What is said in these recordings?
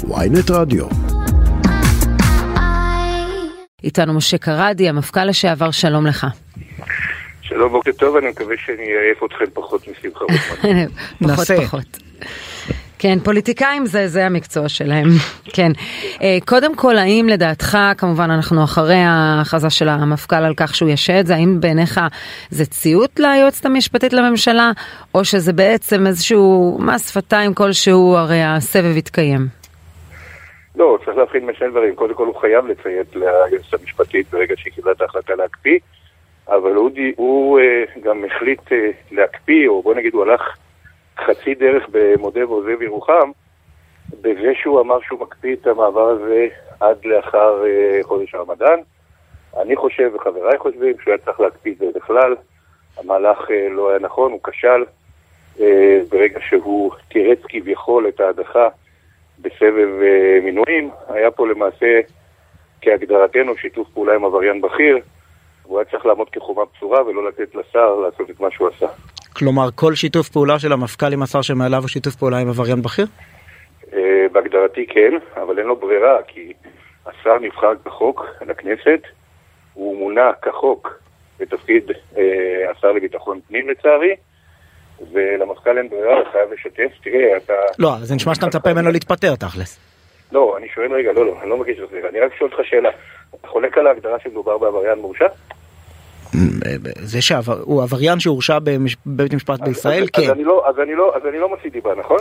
ynet רדיו. איתנו משה קרדי, המפכ"ל לשעבר, שלום לך. שלום, בוקר טוב, אני מקווה שאני אעייף אתכם פחות משמחה רוטמן. פחות. כן, פוליטיקאים זה המקצוע שלהם. כן. קודם כל, האם לדעתך, כמובן אנחנו אחרי ההכרזה של המפכ"ל על כך שהוא ישע את זה, האם בעיניך זה ציות ליועצת המשפטית לממשלה, או שזה בעצם איזשהו מס שפתיים כלשהו, הרי הסבב יתקיים? לא, צריך להבחין משני דברים. קודם כל הוא חייב לציית ליועצת המשפטית ברגע שהיא קיבלה את ההחלטה להקפיא, אבל הוא גם החליט להקפיא, או בוא נגיד הוא הלך חצי דרך במודה ועוזב ירוחם, בזה שהוא אמר שהוא מקפיא את המעבר הזה עד לאחר חודש הרמדאן. אני חושב, וחבריי חושבים, שהוא היה צריך להקפיא את זה בכלל. המהלך לא היה נכון, הוא כשל. ברגע שהוא תירץ כביכול את ההדחה בסבב מינויים, היה פה למעשה כהגדרתנו שיתוף פעולה עם עבריין בכיר, הוא היה צריך לעמוד כחומה בצורה ולא לתת לשר לעשות את מה שהוא עשה. כלומר, כל שיתוף פעולה של המפכ"ל עם השר שמעליו הוא שיתוף פעולה עם עבריין בכיר? בהגדרתי כן, אבל אין לו ברירה, כי השר נבחר כחוק לכנסת, הוא מונה כחוק בתפקיד השר לביטחון פנים לצערי, ולמפכ"ל אין ברירה, הוא חייב לשתף. תראה, אתה... לא, זה נשמע שאתה מצפה ממנו להתפטר, תכלס. לא, אני שואל רגע, לא, אני לא מגיש את זה. אני רק שואל אותך שאלה. אתה חולק על ההגדרה שמדובר בעבריין מורשע? זה שהוא עבריין שהורשע בבית משפט בישראל, כן. אז אני לא מוציא דיבה, נכון?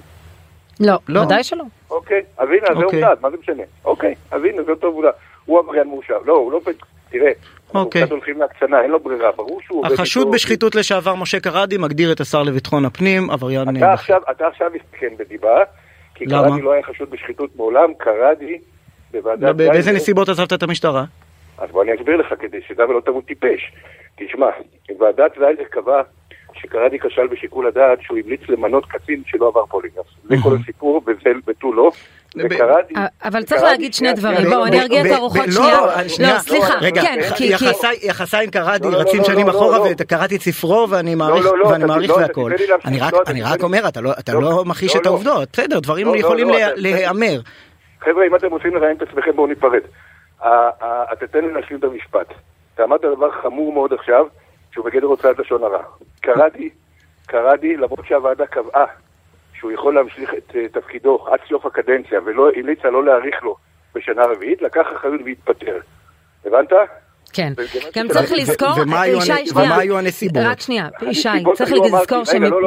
לא, ודאי שלא. אוקיי, אז הנה, זה עובדה, מה זה משנה? אוקיי, אז הנה, זה אותו עובדה. הוא עבריין מורשע. לא, הוא לא... תראה, אנחנו קצת הולכים להקצנה, אין לו ברירה, ברור שהוא... החשוד בשחיתות לשעבר משה קרדי מגדיר את השר לביטחון הפנים, עבריין... אתה עכשיו מסתכן בדיבה, כי קרדי לא היה חשוד בשחיתות מעולם, קרדי בוועדת... באיזה נסיבות עזבת את המשטרה? אז בוא אני אסביר לך כדי שדע ולא תמות טיפש. תשמע, ועדת זיילר קבע שקרדי כשל בשיקול הדעת שהוא המליץ למנות קצין שלא עבר פוליגרף. זה כל הסיפור, וזה ותו לא. אבל צריך להגיד שני דברים. בואו, אני ארגיע את הרוחות שנייה. לא, סליחה. רגע, יחסי עם קרדי רצים שנים אחורה, וקראתי את ספרו ואני מעריך והכל. אני רק אומר, אתה לא מכחיש את העובדות. בסדר, דברים יכולים להיאמר. חבר'ה, אם אתם רוצים לראיין את עצמכם, בואו ניפרד. אתה תן לי להשלים את המשפט. אתה אמרת דבר חמור מאוד עכשיו, שהוא בגדר הוצאת לשון הרע. קרדי, למרות שהוועדה קבעה שהוא יכול להמשיך את תפקידו עד סוף הקדנציה, ולא המליצה לא להאריך לו בשנה רביעית, לקח אחריות והתפטר. הבנת? כן. גם צריך לזכור... ומה היו הנסיבות? רק שנייה, ישי, צריך לזכור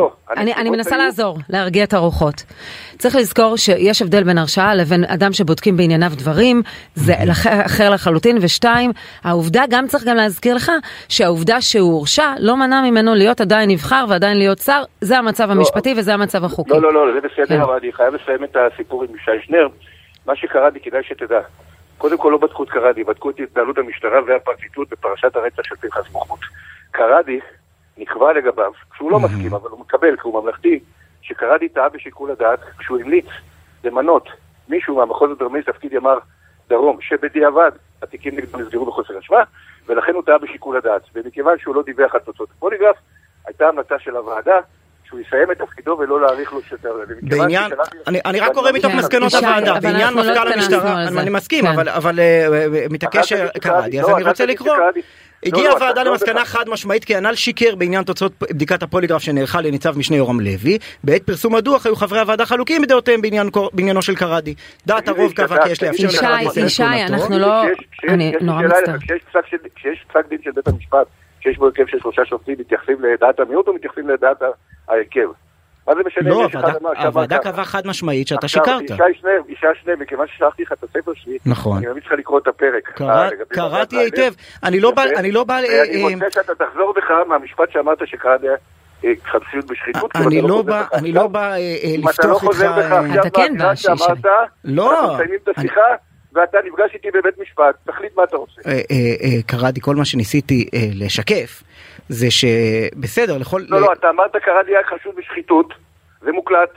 אני מנסה לעזור, להרגיע את הרוחות. צריך לזכור שיש הבדל בין הרשעה לבין אדם שבודקים בענייניו דברים, זה אחר לחלוטין, ושתיים, העובדה, גם צריך גם להזכיר לך, שהעובדה שהוא הורשע לא מנע ממנו להיות עדיין נבחר ועדיין להיות שר, זה המצב המשפטי וזה המצב החוקי. לא, זה בסדר, אבל אני חייב לסיים את הסיפור עם ישי שנר. מה שקראתי כדאי שתדע. קודם כל לא בדקו את קרדי, בדקו את התנהלות המשטרה והפרקליטות בפרשת הרצח של פנחס מוחמוד. קרדי נקבע לגביו, כשהוא לא מסכים, אבל הוא מקבל, כי הוא ממלכתי, שקרדי טעה בשיקול הדעת, כשהוא המליץ למנות מישהו מהמחוז הדרומי תפקיד ימ"ר דרום, שבדיעבד התיקים נגדו נסגרו בחוסר אשמה, ולכן הוא טעה בשיקול הדעת. ומכיוון שהוא לא דיווח על תוצאות הפוליגרף, הייתה המלצה של הוועדה שהוא יסיים את תפקידו ולא להאריך לו יותר. בעניין, אני רק קורא מתוך מסקנות הוועדה, בעניין מפכ"ל המשטרה, אני מסכים, אבל מתעקש קרדי, אז אני רוצה לקרוא. הגיעה הוועדה למסקנה חד משמעית כי הנ"ל שיקר בעניין תוצאות בדיקת הפוליגרף שנערכה לניצב משנה יורם לוי. בעת פרסום הדוח היו חברי הוועדה חלוקים בדעותיהם בעניינו של קרדי. דעת הרוב קבע כי יש לאפשר לקרדי. ישי, אנחנו לא... אני נורא מצטער. כשיש פסק דין של בית המשפט, שיש בו הרכב של 3 שופטים, מתייחסים לדעת המיעוט או מתייחסים לדעת ההרכב? מה זה משנה? לא, הוועדה קבעה חד משמעית שאתה שיקרת. ישי שנר, מכיוון ששלחתי לך את הספר שלי, אני ממליץ לך לקרוא את הפרק. קראתי היטב. אני לא בא... אני רוצה שאתה תחזור בך מהמשפט שאמרת שקרדי חדשיות בשחיתות. אני לא בא לפתוח איתך... אתה כן בא, שישי. לא. אנחנו מסיימים את השיחה, ואתה נפגש איתי בבית משפט. תחליט מה אתה רוצה. קרדי, כל מה שניסיתי לשקף, זה שבסדר, לא, אתה אמרת קרדי היה חשוד בשחיתות, זה מוקלט.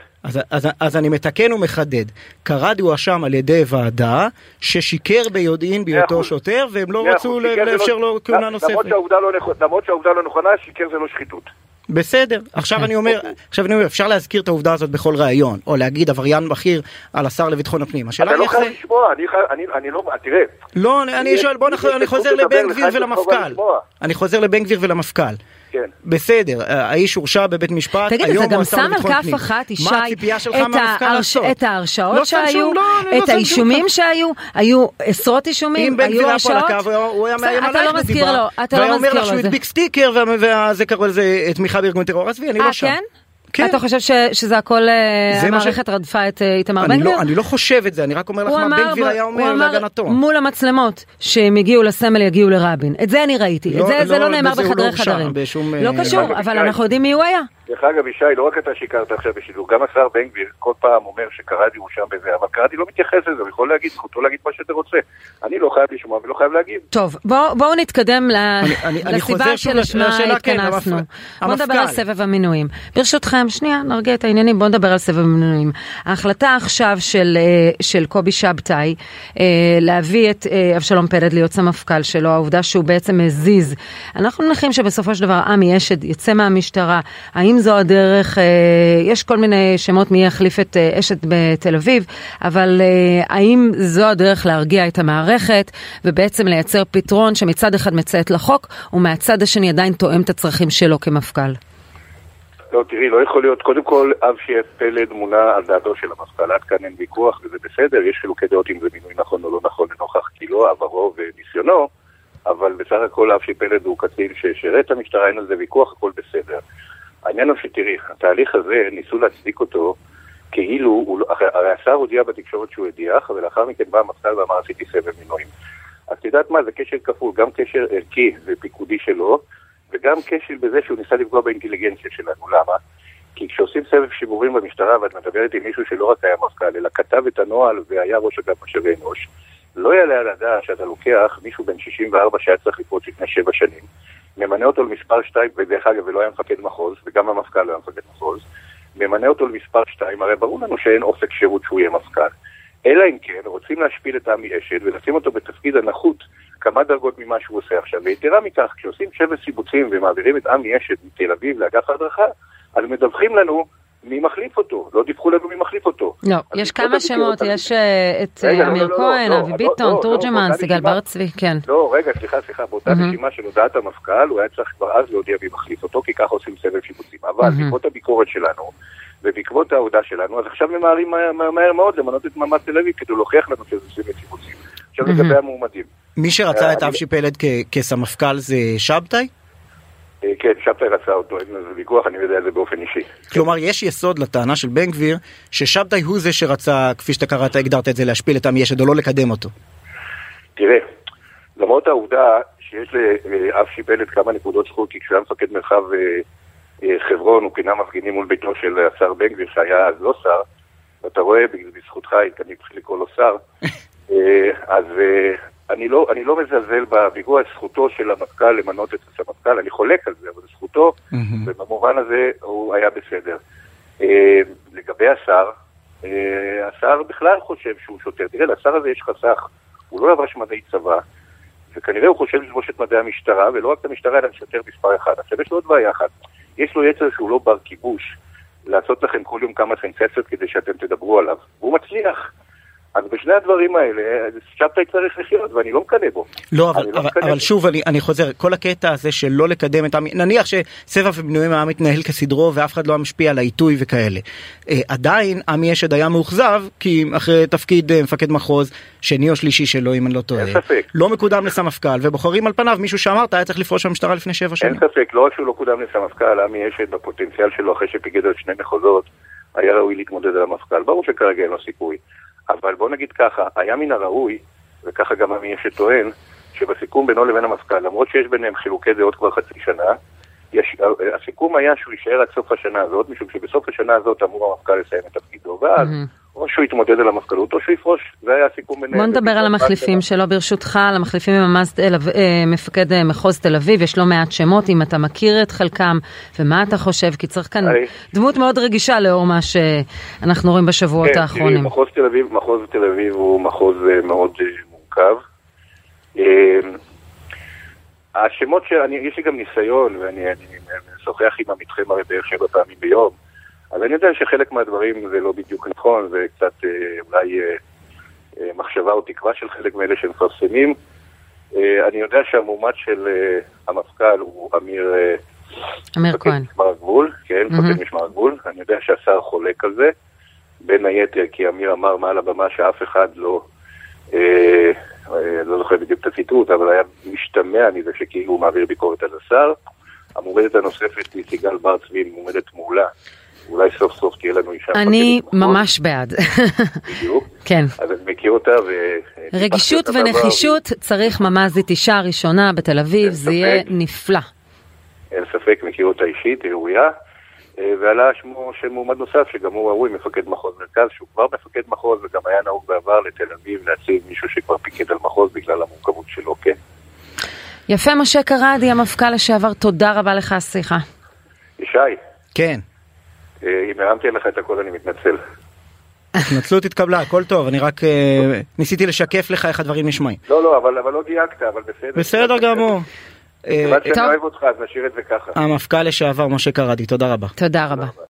אז אני מתקן ומחדד. קרדי הוא אשם על ידי ועדה ששיקר ביודעין בהיותו שוטר, והם לא רצו לאפשר לו כהונה נוספת. למרות שהעובדה לא נכונה, שיקר זה לא שחיתות. בסדר, עכשיו אני אומר, אפשר להזכיר את העובדה הזאת בכל ראיון, או להגיד עבריין בכיר על השר לביטחון הפנים. אתה לא חייב לשמוע, אני לא, תראה. לא, אני שואל, אני חוזר לבן גביר ולמפכ"ל. אני חוזר לבן גביר ולמפכ"ל. כן. בסדר, האיש הורשע בבית משפט. תגיד, אתה גם שם על כף אחת, ישי, את ההרשעות שהיו, את האישומים שהיו, היו עשרות אישומים, היו הרשעות. אתה לא מזכיר לו, והיה אומר לך שהוא הדביק סטיקר, וזה קראו לזה תמיכה בארגון טרור. עזבי, אני לא שם. כן? אתה חושב שזה הכל, המערכת רדפה את איתמר בן גביר? אני לא חושב את זה, אני רק אומר לך מה בן גביר היה אומר להגנתו. הוא אמר מול המצלמות שהם יגיעו לסמל, יגיעו לרבין. את זה אני ראיתי, זה לא נאמר בחדרי חדרים. לא קשור, אבל אנחנו יודעים מי הוא היה. דרך אגב, ישי, לא רק אתה שיקרת עכשיו בשידור, גם השר בן גביר כל פעם אומר שקראדי הוא שם בזה, אבל קראדי לא מתייחס לזה, הוא יכול להגיד, זכותו להגיד מה שאתה רוצה. אני לא חייב לשמוע ולא חייב להגיד. טוב, בואו נתקדם לסיבה שלשמה התכנסנו. בואו נדבר על סבב המינויים. ברשותכם, שנייה, נרגיע את העניינים, בואו נדבר על סבב המינויים. ההחלטה עכשיו של קובי שבתאי, להביא את אבשלום פלד להיות סמפכ"ל שלו, העובדה שהוא בעצם מזיז. אנחנו מניחים שבסופו של דבר עמי אשד יצא מהמשטרה. האם זו הדרך, יש כל מיני שמות מי יחליף את אשת בתל אביב, אבל האם זו הדרך להרגיע את המערכת ובעצם לייצר פתרון שמצד אחד מציית לחוק ומהצד השני עדיין תואם את הצרכים שלו כמפכ"ל? לא, תראי, לא יכול להיות, קודם כל, אבשי פלד מונה על דעתו של המפכ"ל, עד כאן אין ויכוח וזה בסדר, יש חילוקי דעות אם זה מינוי נכון או לא נכון לנוכח גילו, עברו וניסיונו, אבל בסך הכל אבשי פלד הוא קצין ששירת את המשטרה, אין על זה ויכוח, הכל בסדר. העניין הוא שתראי, התהליך הזה ניסו להצדיק אותו כאילו, הרי השר הודיע בתקשורת שהוא הדיח, ולאחר מכן בא המפכ"ל ואמר עשיתי סבב מינויים. אז תדעת מה, זה קשר כפול, גם קשר ערכי ופיקודי שלו, וגם קשר בזה שהוא ניסה לפגוע באינטליגנציה שלנו. למה? כי כשעושים סבב שימורים במשטרה, ואת מדברת עם מישהו שלא רק היה מפכ"ל, אלא כתב את הנוהל והיה ראש אגף משאבי אנוש, לא יעלה על הדעת שאתה לוקח מישהו בן 64 שהיה צריך לפרוץ לפני 7 שנים, ממנה אותו למספר 2, ודרך אגב, ולא היה מפקד מחוז, וגם המפכ"ל לא היה מפקד מחוז, ממנה אותו למספר 2, הרי ברור לנו שאין אופק שירות שהוא יהיה מפכ"ל. אלא אם כן, רוצים להשפיל את עמי אשד ולשים אותו בתפקיד הנחות כמה דרגות ממה שהוא עושה עכשיו. ויתרה מכך, כשעושים 7 סיבוצים ומעבירים את עמי אשד מתל אביב לאגף ההדרכה, אז מדווחים לנו מי מחליף אותו, לא דיווחו לנו מי מחליף אותו. לא, יש כמה שמות, יש את אמיר כהן, אבי ביטון, תורג'מן, סיגל בר צבי, כן. לא, רגע, סליחה, באותה נשימה של הודעת המפכ"ל, הוא היה צריך כבר אז להודיע מי מחליף אותו, כי ככה עושים סבב שיבוצים. אבל בעקבות הביקורת שלנו, ובעקבות העבודה שלנו, אז עכשיו ממהרים מהר מאוד למנות את מאמץ תל אביב, כדי להוכיח לנו שזה סבב שיבוצים. עכשיו לגבי המועמדים. מי שרצה את אבשי פלד כסמפכ"ל זה שבתאי? כן, שבתאי רצה אותו, אין לזה ויכוח, אני יודע את זה באופן אישי. כלומר, יש יסוד לטענה של בן גביר, ששבתאי הוא זה שרצה, כפי שאתה קראת, הגדרת את זה, להשפיל את עמי אשד או לא לקדם אותו. תראה, למרות העובדה שיש לאבשי פלד כמה נקודות זכות, כי כשהיה מפקד מרחב חברון, הוא פינה מפגינים מול ביתו של השר בן גביר, שהיה אז לא שר, ואתה רואה, בזכותך, אני צריך לקרוא לו שר, אז אני לא מזלזל בביגוע זכותו של המפכ"ל למנות את הסמפכ"ל, אני חולק על זה, אבל זכותו, ובמובן הזה הוא היה בסדר. לגבי השר בכלל חושב שהוא שוטר. תראה, לשר הזה יש חסך, הוא לא לבש מדעי צבא, וכנראה הוא חושב לבוש את מדעי המשטרה, ולא רק את המשטרה, אלא שוטר מספר 1. עכשיו יש לו עוד בעיה אחת, יש לו יצר שהוא לא בר כיבוש, לעשות לכם כל יום כמה סנסציות כדי שאתם תדברו עליו, והוא מצליח. אז בשני הדברים האלה, שבתאי צריך לחיות, ואני לא מקנה בו. לא, אבל שוב, אני חוזר, כל הקטע הזה של לא לקדם את עמי, נניח שסבב מינויים העם מתנהל כסדרו, ואף אחד לא משפיע על העיתוי וכאלה. עדיין, עמי אשד היה מאוכזב, כי אחרי תפקיד מפקד מחוז, שני או שלישי שלו, אם אני לא טועה, לא מקודם לסמפכ"ל, ובוחרים על פניו מישהו שאמרת, היה צריך לפרוש במשטרה לפני 7 שנים. אין ספק, לא רק שהוא לא קודם לסמפכ"ל, עמי אשד בפוטנציאל שלו, אחרי שפיגד על 2 מחוזות, היה ראוי להתמודד על המפכ"ל. ברור שכרגע אין לו סיכוי. אבל בוא נגיד ככה, היה מן הראוי, וככה גם מי שטוען, שבסיכום בינו לבין המפכ"ל, למרות שיש ביניהם חילוקי דעות כבר חצי שנה, הסיכום היה שהוא יישאר עד סוף השנה הזאת, משום שבסוף השנה הזאת אמור המפכ"ל לסיים את תפקידו, ואז או שהוא יתמודד על המפכ"לות, או שהוא יפרוש, זה היה הסיכום ביניהם. בוא נדבר על המחליפים שלו ברשותך, על המחליפים עם מפקד מחוז תל אביב, יש לא מעט שמות, אם אתה מכיר את חלקם, ומה אתה חושב, כי צריך כאן דמות מאוד רגישה לאור מה שאנחנו רואים בשבועות האחרונים. מחוז תל אביב הוא מחוז מאוד מורכב. השמות יש לי גם ניסיון, ואני משוחח עם עמיתכם הרי בערך 7 פעמים ביום, אז אני יודע שחלק מהדברים זה לא בדיוק נכון, זה קצת אולי מחשבה או תקווה של חלק מאלה שמפרסמים. אני יודע שהמועמד של המפכ"ל הוא אמיר כהן. משמר הגבול, כן, מפקד משמר הגבול. אני יודע שהשר חולק על זה, בין היתר כי אמיר אמר מעל הבמה שאף אחד לא זוכר בדיוק את הציטוט, אבל היה משתמע מזה שכאילו הוא מעביר ביקורת על השר. המועמדת הנוספת היא סיגל בר צבי, מועמדת מעולה. אולי סוף סוף תהיה לנו אישה. אני ממש בעד. בדיוק. כן. אז אני מכיר אותה רגישות ונחישות צריך ממזית אישה ראשונה בתל אביב, זה יהיה נפלא. אין ספק, מכיר אותה אישית, היא ראויה. ועלה שמו של מועמד נוסף, שגם הוא ראוי, מפקד מחוז מרכז, שהוא כבר מפקד מחוז, וגם היה נהוג בעבר לתל אביב להציב מישהו שכבר פיקד על מחוז בגלל המורכבות שלו, כן. יפה, משה קראדי, המפכ"ל לשעבר, תודה רבה לך, שיחה. ישי. כן. אם הרמתי לך את הכל, אני מתנצל. התנצלות התקבלה, הכל טוב, אני רק ניסיתי לשקף לך איך הדברים נשמעים. לא, אבל לא דייקת, אבל בסדר. בסדר גמור. כיוון שאני אוהב אותך, אז נשאיר את זה ככה. המפכ"ל לשעבר, משה קראדי, תודה רבה. תודה רבה.